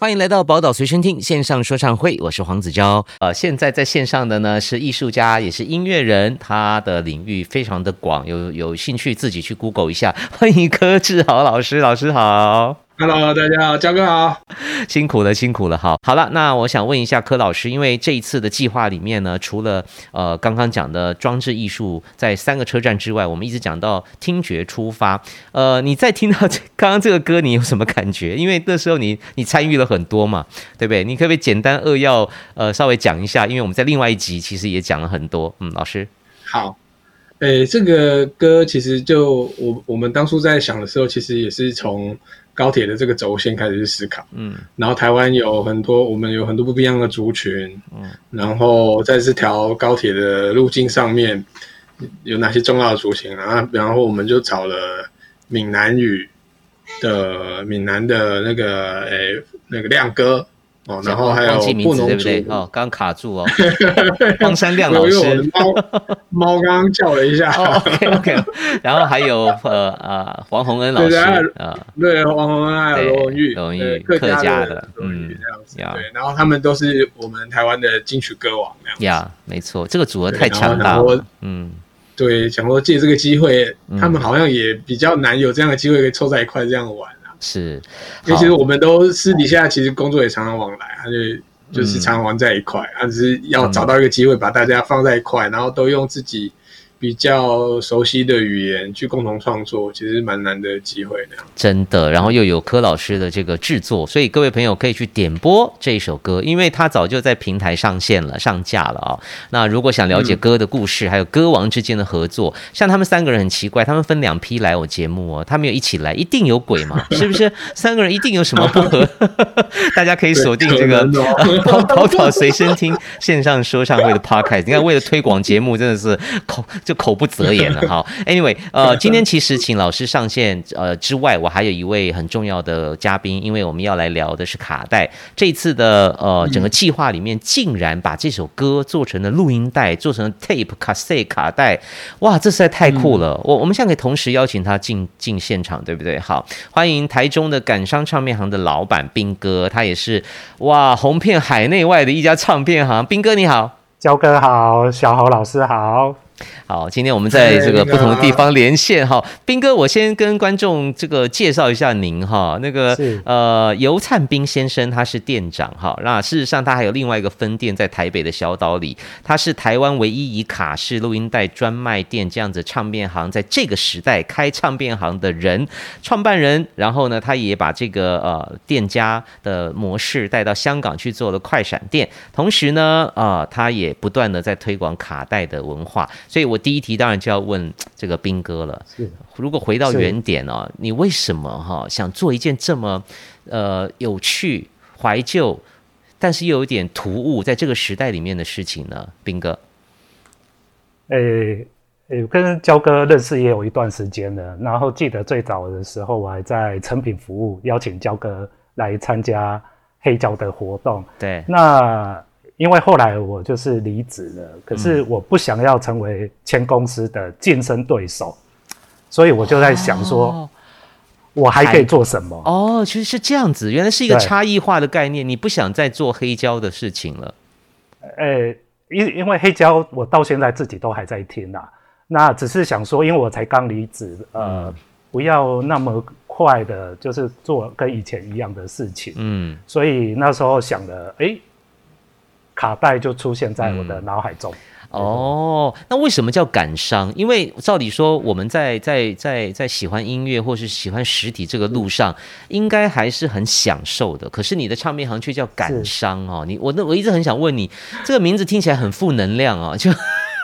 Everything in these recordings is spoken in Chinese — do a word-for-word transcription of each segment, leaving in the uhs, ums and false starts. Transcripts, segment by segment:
欢迎来到宝岛随身听线上说唱会，我是黄子佼。呃，现在在线上的呢是艺术家，也是音乐人，他的领域非常的广，有有兴趣自己去 Google 一下。欢迎柯志豪老师，老师好。 Hello， 大家好，焦哥好， 辛苦了，辛苦了。好，好了，那我想问一下柯老师，因为这一次的计划里面呢，除了呃刚刚讲的装置艺术在三个车站之外，我们一直讲到听觉出发。呃，你在听到刚刚这个歌，你有什么感觉？因为那时候你你参与了很多嘛，对不对？你可不可以简单扼要呃稍微讲一下？因为我们在另外一集其实也讲了很多。嗯，老师。 好。诶，这个歌其实就我我们当初在想的时候，其实也是从高铁的这个轴线开始去思考，嗯，然后台湾有很多我们有很多不一样的族群，嗯，然后在这条高铁的路径上面有哪些重要的族群啊？然后我们就找了闽南语的闽南的那个诶那个亮哥。哦，然后还有布农族， 对不对？哦，刚卡住哦，荒山亮老师， 因为我的猫猫刚刚叫了一下。 哦、OK OK， 然后还有呃呃黄宏恩老师啊，对黄宏恩还有罗文玉， 罗文玉客家的罗文玉这样子，对，然后他们都是我们台湾的金曲歌王那样子。 呀，没错，这个组合太强大了。嗯， 对，想说借这个机会，他们好像也比较难有这样的机会可以凑在一块这样玩。 是， 因为其实我们都私底下其实工作也常常往来，他就就是常常玩在一块，他、嗯、只是要找到一个机会把大家放在一块，然后都用自己比较熟悉的语言去共同创作，其实蛮难的机会那样。 真的，然后又有柯老师的这个制作，所以各位朋友可以去点播这一首歌，因为它早就在平台上线了、上架了啊、哦。那如果想了解歌的故事，嗯、还有歌王之间的合作，像他们三个人很奇怪，他们分两批来我节目哦，他们有一起来，一定有鬼嘛，是不是？三个人一定有什么不合？大家可以锁定这个宝宝岛随身听线上说唱会的 podcast。你看，为了推广节目，真的是口就口不择言了哈。Anyway， 呃，今天其实请老师上线呃之外，我还有一位很重要的嘉宾，因为我们要来聊的是卡带。这一次的呃整个计划里面，竟然把这首歌做成了录音带，做成了 tape、cassette 卡带，哇，这实在太酷了！我我们现在可以同时邀请他进进现场，对不对？好，欢迎台中的感伤唱片行的老板彬哥，他也是哇红遍海内外的一家唱片行。彬哥你好， 焦哥好，小豪老师好。 好，今天我们在这个不同的地方连线哈。彬哥，我先跟观众这个介绍一下您哈。那个呃，游灿彬先生他是店长哈。那事实上他还有另外一个分店在台北的小岛里，他是台湾唯一以卡式录音带专卖店这样子唱片行，在这个时代开唱片行的人创办人。然后呢，他也把这个呃店家的模式带到香港去做了快闪店，同时呢，啊、呃，他也不断的在推广卡带的文化。所以我第一题当然就要问这个彬哥了。如果回到原点哦，你为什么哈、哦、想做一件这么呃有趣、怀旧，但是又有点突兀，在这个时代里面的事情呢？彬哥， 诶诶，跟焦哥认识也有一段时间了。然后记得最早的时候，我还在成品服务，邀请焦哥来参加黑胶的活动。 对， 那。因为后来我就是离职了，可是我不想要成为前公司的竞争对手，所以我就在想说，哦、我还可以做什么？ 哦，其实是这样子，原来是一个差异化的概念，你不想再做黑胶的事情了。 呃，因因为黑胶我到现在自己都还在听啊，那只是想说，因为我才刚离职，呃、嗯，不要那么快的，就是做跟以前一样的事情，嗯，所以那时候想了，哎。卡带就出现在我的脑海中。 嗯、哦，那为什么叫感伤？因为照理说，我们在在在在喜欢音乐或是喜欢实体这个路上，应该还是很享受的。可是你的唱片行却叫感伤哦。你我那我一直很想问你，这个名字听起来很负能量哦，就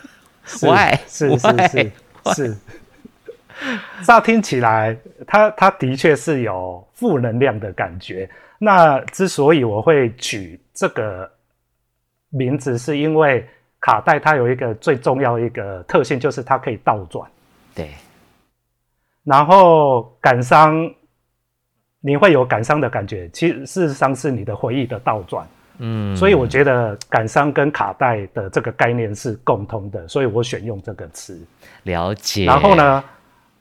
why 是是是是是，乍听起来，它它的确是有负能量的感觉。那之所以我会取这个名字，是因为卡带它有一个最重要的一个特性，就是它可以倒转。 对。 然后感伤，你会有感伤的感觉，其实事实上是你的回忆的倒转。嗯。所以我觉得感伤跟卡带的这个概念是共通的，所以我选用这个词。 了解。 然后呢，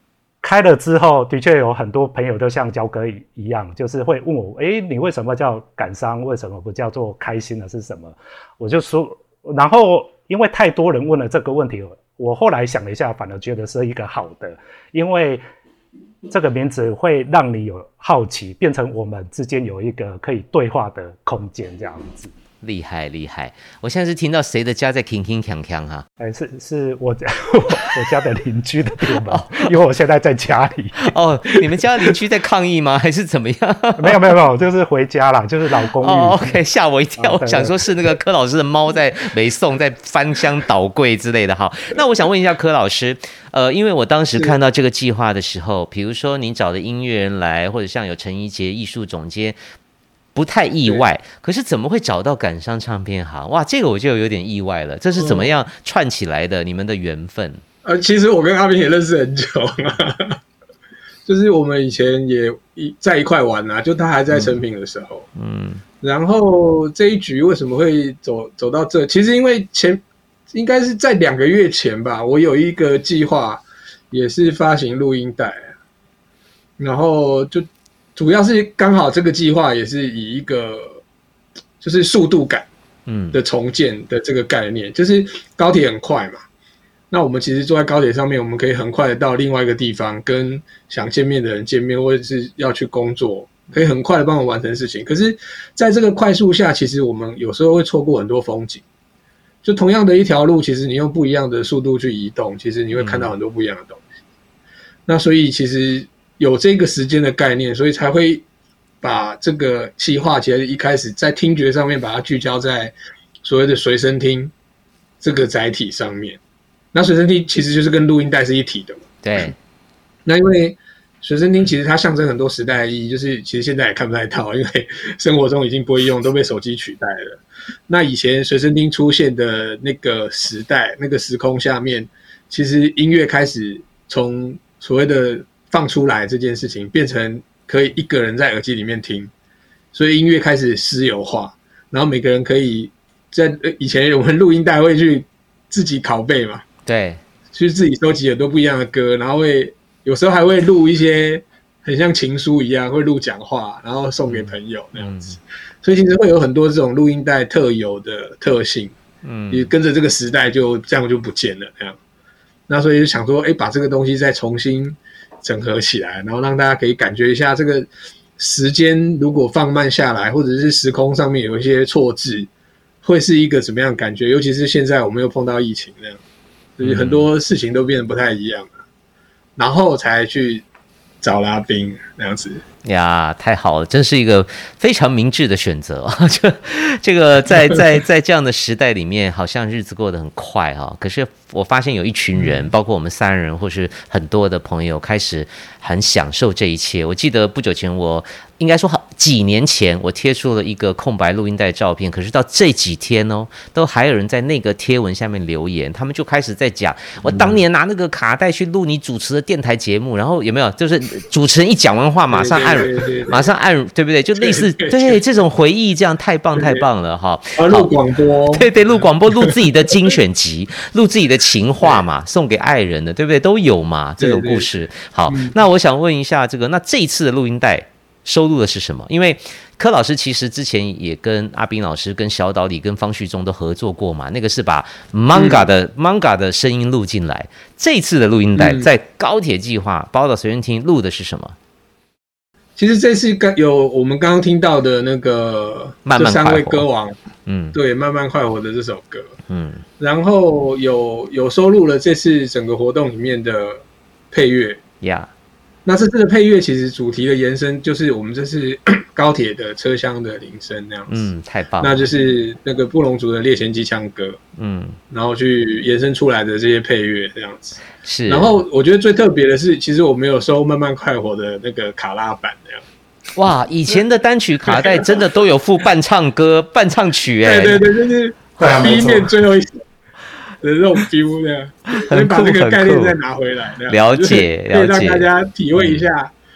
开了之后，的确有很多朋友都像焦哥一样，就是会问我，诶，你为什么叫感伤？为什么不叫做开心的是什么？我就说，然后因为太多人问了这个问题，我后来想了一下，反而觉得是一个好的，因为这个名字会让你有好奇，变成我们之间有一个可以对话的空间，这样子。 厉害厉害！我现在是听到谁的家在铿铿锵锵哈？ 哎，是是我家我家的邻居的电脑，因为我现在在家里。 哦，你们家邻居在抗议吗？还是怎么样？ 没有没有没有，就是回家啦，就是老公寓。 哦 ，OK， 吓我一跳， 哦、 我想说是那个柯老师的猫在北宋在翻箱倒柜之类的哈。那我想问一下柯老师，呃，因为我当时看到这个计划的时候，比如说您找的音乐人来，或者像有陈怡杰艺术总监。不太意外，可是怎么会找到感伤唱片行？哇，这个我就有点意外了。这是怎么样串起来的？嗯、你们的缘分？ 呃，其实我跟阿斌也认识很久了，就是我们以前也在一块玩啊，就他还在成品的时候，嗯，然后这一局为什么会走走到这？其实因为前应该是在两个月前吧，我有一个计划，也是发行录音带，然后就。主要是刚好这个计划也是以一个就是速度感的重建的这个概念，嗯、就是高铁很快嘛，那我们其实坐在高铁上面，我们可以很快的到另外一个地方，跟想见面的人见面，或者是要去工作，可以很快的帮我完成事情。可是在这个快速下，其实我们有时候会错过很多风景。就同样的一条路，其实你用不一样的速度去移动，其实你会看到很多不一样的东西。嗯、那所以其实。有这个时间的概念，所以才会把这个企划其实一开始在听觉上面把它聚焦在所谓的随身听这个载体上面。那随身听其实就是跟录音带是一体的嘛。 对。 那因为随身听其实它象征很多时代的意义，就是其实现在也看不太到，因为生活中已经不会用，都被手机取代了。那以前随身听出现的那个时代、那个时空下面，其实音乐开始从所谓的放出来这件事情变成可以一个人在耳机里面听，所以音乐开始私有化，然后每个人可以在以前我们录音带会去自己拷贝嘛， 对， 去自己收集很多不一样的歌，然后会有时候还会录一些很像情书一样，会录讲话，然后送给朋友那样子，嗯、所以其实会有很多这种录音带特有的特性，嗯，也跟着这个时代就这样就不见了那样，那所以就想说，哎，把这个东西再重新整合起来，然后让大家可以感觉一下这个时间如果放慢下来，或者是时空上面有一些错置，会是一个怎么样的感觉？尤其是现在我们又碰到疫情那样，所以很多事情都变得不太一样了，嗯、然后才去找拉宾那样子。 呀，太好了，真是一个非常明智的选择。这这个在在在这样的时代里面，好像日子过得很快哈。可是我发现有一群人，包括我们三人或是很多的朋友，开始很享受这一切。我记得不久前我。应该说好几年前我贴出了一个空白录音带照片，可是到这几天哦，都还有人在那个贴文下面留言，他们就开始在讲我当年拿那个卡带去录你主持的电台节目，然后有没有就是主持人一讲完话马上按马上按对不对？就类似对这种回忆，这样太棒太棒了哈！ 啊，录广播， 对对，录广播，录自己的精选集，录自己的情话嘛，送给爱人的，对不对？都有嘛这种故事。好，那我想问一下这个，那这一次的录音带。收录的是什么？因为柯老师其实之前也跟阿斌老师、跟小岛里、跟方旭中都合作过嘛，那个是把 manga 的、嗯、manga 的声音录进来。这次的录音带在高铁计划包到随身听录的是什么？ 其实这次有我们刚刚听到的那个慢慢这三位歌王， 嗯， 对，慢慢快活的这首歌，嗯，然后有有收录了这次整个活动里面的配乐， 呀。Yeah. 那这次的配乐其实主题的延伸就是我们这是高铁的车厢的铃声那样子， 嗯，太棒了。 那就是那个布隆族的猎前机枪歌，嗯，然后去延伸出来的这些配乐这样子。 是。 然后我觉得最特别的是，其实我没有收慢慢快活的那个卡拉版那样。 哇，以前的单曲卡带真的都有附伴唱歌、伴唱曲哎、 欸。对对对，就是第一面最后一首。的这种 feel 这样，所以把这个概念再拿回来， 了解， 可以让大家体会一下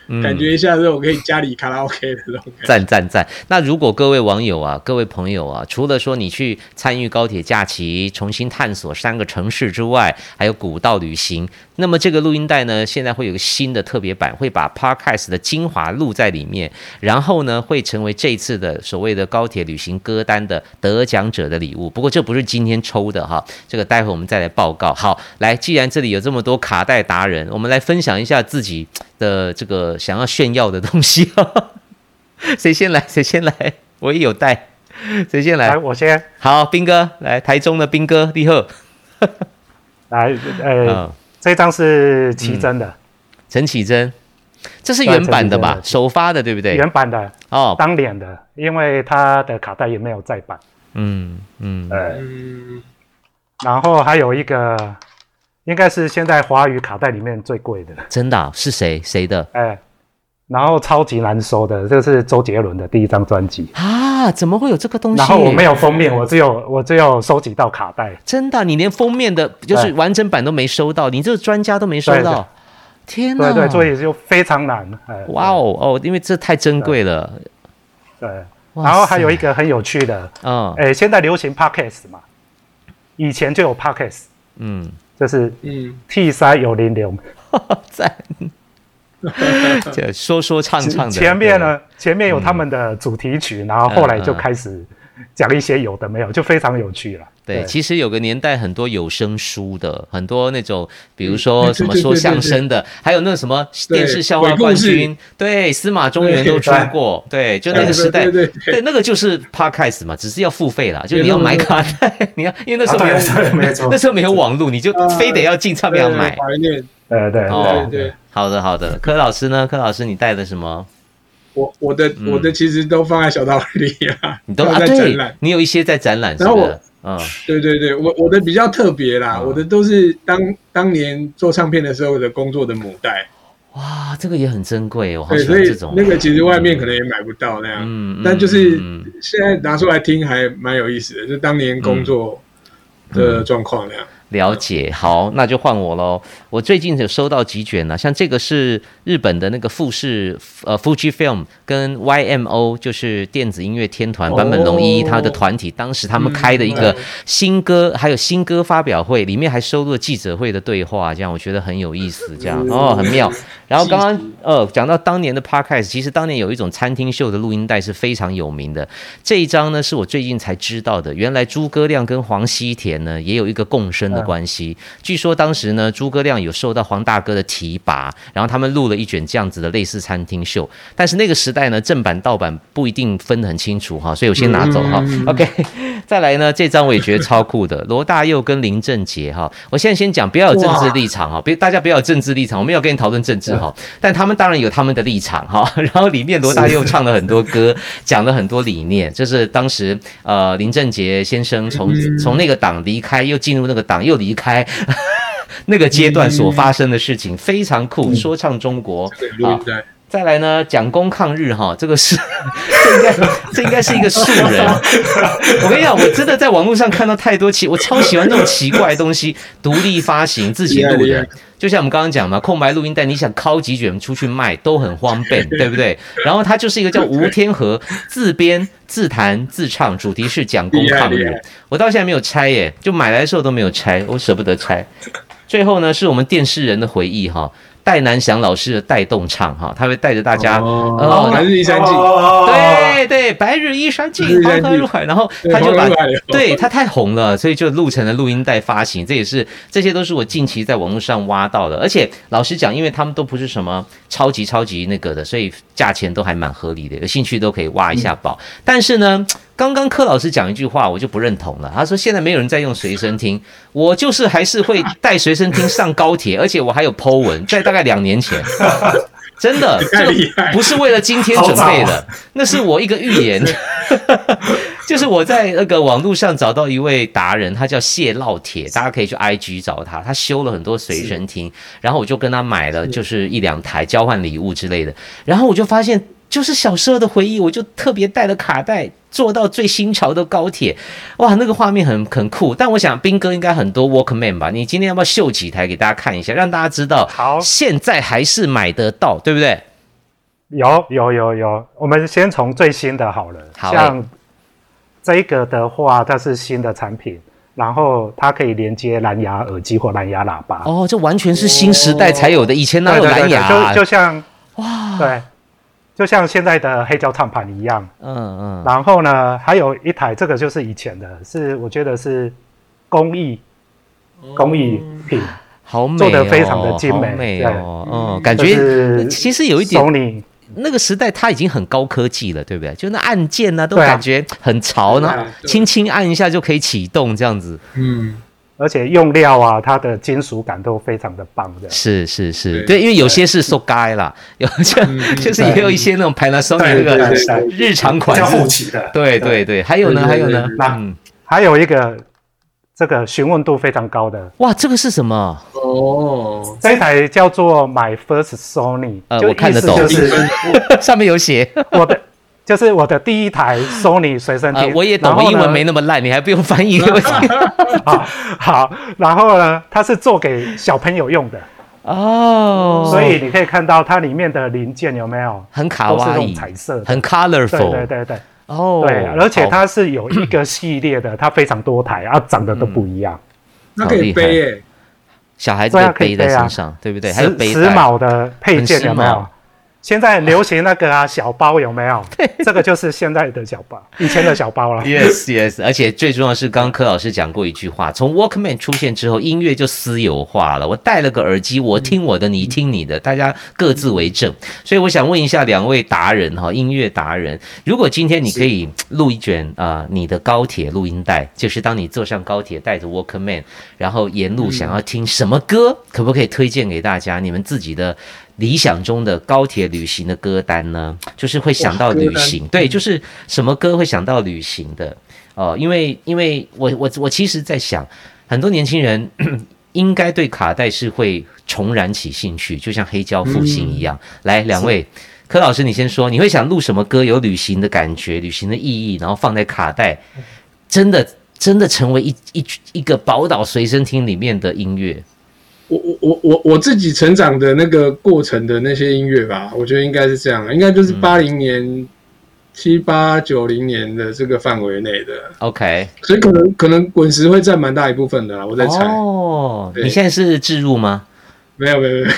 嗯、感觉一下这种可以家里卡拉 OK 的这种感觉。 赞赞赞！那如果各位网友啊，各位朋友啊，除了说你去参与高铁假期，重新探索三个城市之外，还有古道旅行，那么这个录音带呢，现在会有个新的特别版，会把 Podcast 的精华录在里面，然后呢，会成为这次的所谓的高铁旅行歌单的得奖者的礼物。不过这不是今天抽的哈，这个待会我们再来报告。好，来，既然这里有这么多卡带达人，我们来分享一下自己的这个想要炫耀的东西。谁先来？谁先来？我也有带，谁先来？ 来，我先。 好，斌哥来，台中的斌哥，立贺。 来，呃，哦、这张是奇珍的， 陈绮贞，这是原版的吧？首发的对不对？ 原版的哦， 当年的，因为它的卡带也没有再版。 嗯嗯， 呃，然后还有一个，应该是现在华语卡带里面最贵的。 真的、啊？是谁谁的？ 哎。然后超级难收的，这是周杰伦的第一张专辑啊！怎么会有这个东西？ 然后我没有封面，我只有我只有收集到卡带。 真的、啊，你连封面的，就是完整版都没收到，你这个专家都没收到。天哪！ 对对，所以就非常难。 哇哦哦，因为这太珍贵了。 对。对然后还有一个很有趣的，嗯，哎，现在流行 Podcast 嘛，以前就有 Podcast， 嗯，就是嗯 T 三有零零， 赞。说说唱唱的， 前面呢，前面有他们的主题曲，嗯、然后后来就开始讲一些有的没有，就非常有趣了。 对，对其实有个年代很多有声书的，很多那种，比如说什么说相声的，还有那什么电视笑话冠军，对，司马中原都出过，对，就那个时代，对, 对, 对, 对, 对，那个就是 podcast 嘛，只是要付费啦，就是你要买卡带，你要，因为那时候没有，啊、那时候没有网络，你就非得要进唱片行买。 对对对对，好的好的，柯老师呢？柯老师你带的什么？ 我我的、嗯、我的其实都放在小道里啊， 你都在展览、啊， 你有一些在展览， 然后我，嗯，对对对，我我的比较特别啦，嗯、我的都是当当年做唱片的时候的工作的母带。 哇，这个也很珍贵，我好喜欢这种。 那个其实外面可能也买不到那样，嗯，但就是现在拿出来听还蛮有意思的，就当年工作的状况那样。嗯了解，好，那就换我喽。我最近有收到几卷呢、啊，像这个是日本的那个富士呃 Fujifilm 跟 Y M O 就是电子音乐天团坂本龙一他的团体，当时他们开的一个新歌，还有新歌发表会，里面还收录了记者会的对话，这样我觉得很有意思，这样哦很妙。然后刚刚呃讲到当年的 Podcast， 其实当年有一种餐厅秀的录音带是非常有名的，这一张呢是我最近才知道的，原来诸葛亮跟黄西田呢也有一个共生的关系。据说当时呢，诸葛亮有受到黄大哥的提拔，然后他们录了一卷这样子的类似餐厅秀。但是那个时代呢，正版盗版不一定分得很清楚哈，所以我先拿走哈。嗯、OK， 再来呢，这张我也觉得超酷的，罗大佑跟林正杰哈。我现在先讲，不要有政治立场哈，别大家不要有政治立场，我没有跟你讨论政治哈。但他们当然有他们的立场哈。然后里面罗大佑唱了很多歌，讲了很多理念，就是当时呃林正杰先生从从那个党离开，又进入那个党，又离开。那个阶段所发生的事情非常酷，说唱中国啊。再来呢，蒋公抗日哈，这个是这应该这应该是一个素人。我跟你讲，我真的在网络上看到太多奇，我超喜欢这种奇怪的东西，独立发行自己录的。就像我们刚刚讲嘛，空白录音带，你想拷几卷出去卖都很方便，对不对？然后它就是一个叫吴天和自编自弹自唱，主题是蒋公抗日。我到现在没有拆耶，就买来的时候都没有拆，我舍不得拆。最后呢，是我们电视人的回忆哈。戴南翔老师的带动唱哈，他会带着大家哦，白日依山尽， 对对，白日依山尽，黄河入海，然后他就把对他太红了，所以就录成了录音带发行。这也是这些都是我近期在网络上挖到的，而且老实讲，因为他们都不是什么超级超级那个的，所以价钱都还蛮合理的，有兴趣都可以挖一下宝。嗯、但是呢，刚刚柯老师讲一句话，我就不认同了。他说现在没有人在用随身听，我就是还是会带随身听上高铁，而且我还有 po 文，在大概两年前，真的，这不是为了今天准备的，那是我一个预言。就是我在那个网络上找到一位达人，他叫谢烙铁，大家可以去 I G 找他，他修了很多随身听，然后我就跟他买了，就是一两台交换礼物之类的，然后我就发现。就是小时候的回忆，我就特别带了卡带坐到最新潮的高铁，哇，那个画面很很酷。但我想彬哥应该很多 Walkman 吧？你今天要不要秀几台给大家看一下，让大家知道，好，现在还是买得到，对不对？ 有有有有，我们先从最新的好了。 好， 像这个的话，它是新的产品，然后它可以连接蓝牙耳机或蓝牙喇叭。 哦，这完全是新时代才有的，以前哪有蓝牙、啊？ 对对对，就就像哇， 对，就像现在的黑胶唱盘一样。 嗯嗯。 然后呢，还有一台，这个就是以前的，是我觉得是工艺、哦、工艺品。 好美、哦， 做得非常的精美， 好美哦，嗯，感觉、就是、其实有一点 Sony 那个时代它已经很高科技了，对不对？就那按键呢、啊，都感觉很潮呢、啊，轻轻按一下就可以启动这样子。 嗯，而且用料啊，它的金属感都非常的棒的。 是是是，对，因为有些是 so guy 啦，有就、嗯、就是也有一些那种 Panasonic 那个日常款比较后期的。 对对对，还有呢，还有呢， 嗯，还有一个。这个询问度非常高的， 哇，这个是什么？ 哦， 这一台叫做 My First Sony， 呃，我看得懂， 就是上面有写我的，就是我的第一台 Sony 随身听、 呃。我也懂，我英文没那么烂，你还不用翻译给我听。 好，好，然后呢，它是做给小朋友用的哦， 所以你可以看到它里面的零件有没有很卡哇伊， 彩色， 很 colorful， 对对对对。 哦， 对，而且它是有一个系列的，它非常多台啊，长得都不一样。 那可以背耶， 小孩子可以背在身上，对不对？还有背带， 时髦的配件有没有？现在很流行那个啊小包有没有？这个就是现在的小包，以前的小包了。 Yes yes， 而且最重要的是，刚刚柯老师讲过一句话，从 Walkman 出现之后，音乐就私有化了。我戴了个耳机，我听我的，你听你的，大家各自为政。所以我想问一下两位达人哈，音乐达人，如果今天你可以录一卷啊、呃、你的高铁录音带，就是当你坐上高铁带着 Walkman， 然后沿路想要听什么歌，可不可以推荐给大家？你们自己的理想中的高铁旅行的歌单呢？就是会想到旅行，对，就是什么歌会想到旅行的哦、呃，因为因为我我我其实在想，很多年轻人应该对卡带是会重燃起兴趣，就像黑胶复兴一样。嗯、来，两位，柯老师你先说，你会想录什么歌有旅行的感觉、旅行的意义，然后放在卡带，真的真的成为一一一个宝岛随身听里面的音乐。 我我我我自己成长的那个过程的那些音乐吧，我觉得应该是这样，应该就是八零年、七八九零年的这个范围内的。 OK， 所以可能可能滚石会占蛮大一部分的啦，我在猜。 哦，你现在是置入吗？ 没有没有没有。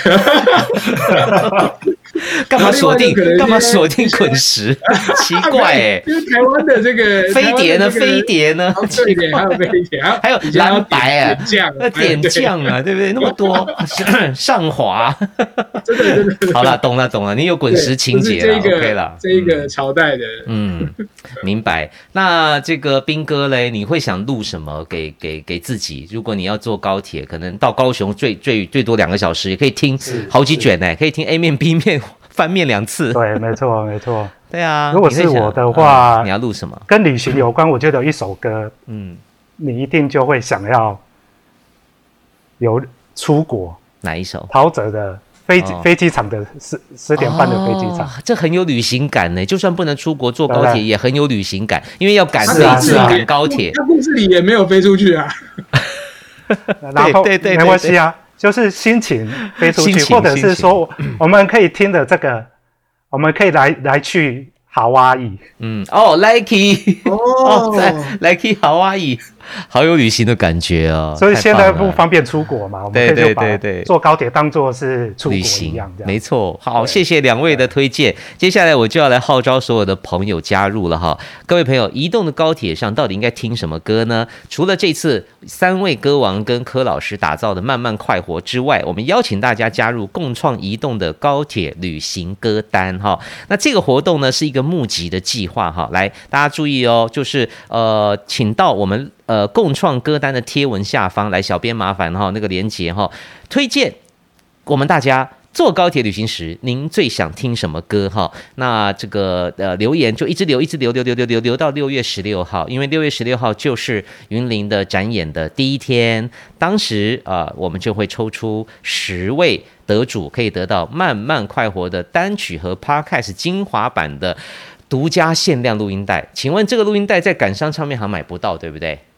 干嘛锁定？干嘛锁定滚石？奇怪哎、欸， 因为台湾的这个飞碟呢？飞碟呢？ 对对，还有飞碟， 还有蓝白啊， 酱那点酱啊，对不对？那么多上滑， 真的真的。 好了，懂了懂了，你有滚石情节了 ，OK 了。 这一个朝代的， 嗯，明白。那这个彬哥嘞，你会想录什么给给给自己？如果你要坐高铁，可能到高雄最最最多两个小时，也可以听好几卷呢、欸，可以听 A 面 B 面。翻面两次， 对，没错，没错， 对啊。 如果是我的话， 嗯、你要录什么？ 跟旅行有关，我觉得有一首歌，嗯，你一定就会想要有出国。 哪一首？ 陶喆的飞机、哦、飞机场的十十点半的飞机场、哦， 这很有旅行感呢。就算不能出国坐高铁，也很有旅行感，因为要赶飞机、啊、赶高铁。 他故事里也没有飞出去啊。 然后对对对，没关系啊。就是心情飞出去，或者是说，我们可以听的这个，我们可以来来去夏威夷。 嗯，哦 ，Likey， 哦，在 Likey 夏威夷，好有旅行的感觉哦。 所以现在不方便出国嘛，我们可以就把坐高铁当作是出国一样， 没错。好，谢谢两位的推荐。接下来我就要来号召所有的朋友加入了哈。各位朋友，移动的高铁上到底应该听什么歌呢？除了这次三位歌王跟柯老师打造的慢慢快活之外，我们邀请大家加入共创移动的高铁旅行歌单哈。那这个活动呢是一个募集的计划哈。来，大家注意哦，就是呃，请到我们呃共创歌单的贴文下方来，小编麻烦哈那个连结哈，推荐我们大家坐高铁旅行时您最想听什么歌哈？那这个呃留言就一直留一直留留留留留留到六月十六号，因为六月十六号就是云林的展演的第一天，当时啊、呃、我们就会抽出十位得主，可以得到慢慢快活的单曲和 Podcast 精华版的独家限量录音带。请问这个录音带在感商唱片行买不到，对不对？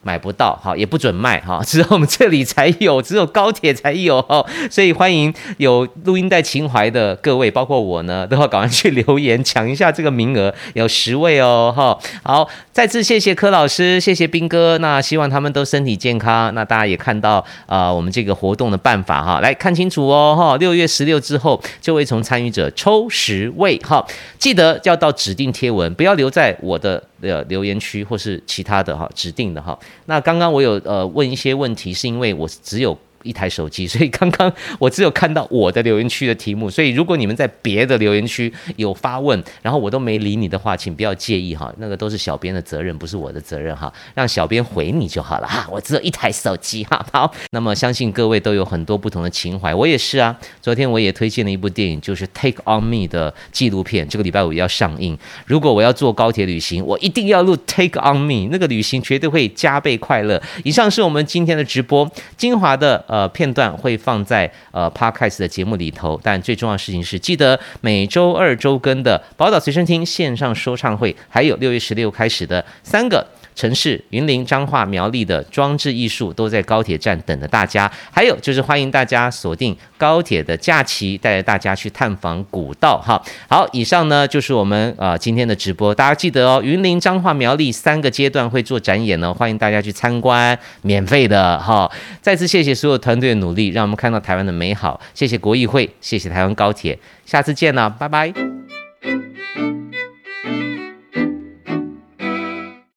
买不到，好，也不准卖，哈，只有我们这里才有，只有高铁才有，哈，所以欢迎有录音带情怀的各位，包括我呢，都要赶快去留言抢一下这个名额，有十位哦，哈，好，再次谢谢柯老师，谢谢彬哥，那希望他们都身体健康，那大家也看到啊、呃，我们这个活动的办法哈，来看清楚哦，哈，六月十六之后就会从参与者抽十位，哈，记得要到指定贴文，不要留在我的呃留言区或是其他的哈指定的哈。那刚刚我有呃问一些问题，是因为我只有一台手机，所以刚刚我只有看到我的留言区的题目，所以如果你们在别的留言区有发问，然后我都没理你的话，请不要介意哈，那个都是小编的责任，不是我的责任哈，让小编回你就好了哈，我只有一台手机哈。好，那么相信各位都有很多不同的情怀，我也是啊，昨天我也推荐了一部电影，就是《Take on Me》的纪录片，这个礼拜五要上映。如果我要坐高铁旅行，我一定要录《Take on Me》，那个旅行绝对会加倍快乐。以上是我们今天的直播精华的呃片段会放在呃 Podcast 的节目里头，但最重要的事情是，记得每周二周更的宝岛随身听线上说唱会，还有六月十六开始的三个城市云林、彰化、苗栗的装置艺术都在高铁站等着大家。还有就是欢迎大家锁定高铁的假期，带着大家去探访古道哈。好，以上呢就是我们呃今天的直播，大家记得哦，云林、彰化、苗栗三个阶段会做展演呢，欢迎大家去参观，免费的哈。再次谢谢所有团队的努力，让我们看到台湾的美好。谢谢国议会，谢谢台湾高铁，下次见了，拜拜。